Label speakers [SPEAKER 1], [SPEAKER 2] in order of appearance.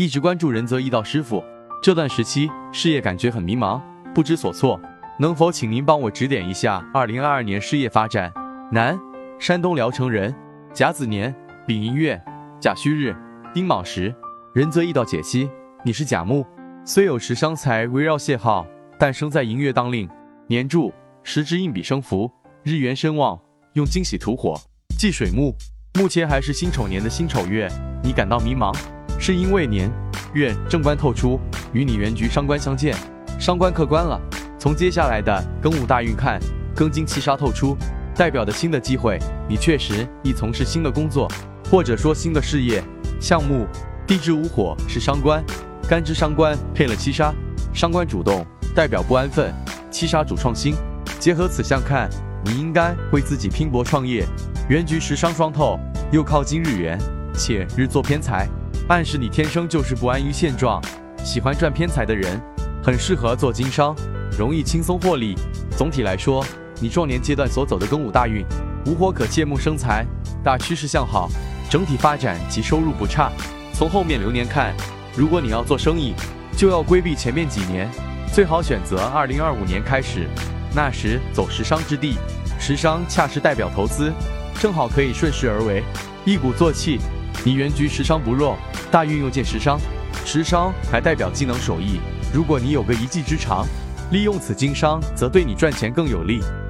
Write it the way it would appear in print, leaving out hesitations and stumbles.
[SPEAKER 1] 一直关注仁泽易道师傅，这段时期事业感觉很迷茫，不知所措，能否请您帮我指点一下2022年事业发展？男，山东聊城人，甲子年，丙寅月，甲戌日，丁卯时。仁泽易道解析：你是甲木，虽有食伤财围绕谢号，但生在寅月当令，年柱时之印比生福，日元身旺，用金喜土火，忌水木。目前还是辛丑年的辛丑月，你感到迷茫，是因为年月正官透出，与你原局伤官相见，伤官克官了。从接下来的庚午大运看，庚金七杀透出，代表的新的机会，你确实易从事新的工作，或者说新的事业项目。地支午火是伤官，干支伤官配了七杀，伤官主动，代表不安分，七杀主创新。结合此项看，你应该为自己拼搏创业。原局时伤双透，又靠近日元，且日做偏财，暗示你天生就是不安于现状，喜欢赚偏财的人，很适合做经商，容易轻松获利。总体来说，你壮年阶段所走的庚午大运，午火可借木生财，大趋势向好，整体发展及收入不差。从后面流年看，如果你要做生意，就要规避前面几年，最好选择2025年开始，那时走食伤之地，食伤恰是代表投资，正好可以顺势而为，一鼓作气。你原局食伤不弱，大运又见食伤，食伤还代表技能手艺，如果你有个一技之长，利用此经商，则对你赚钱更有利。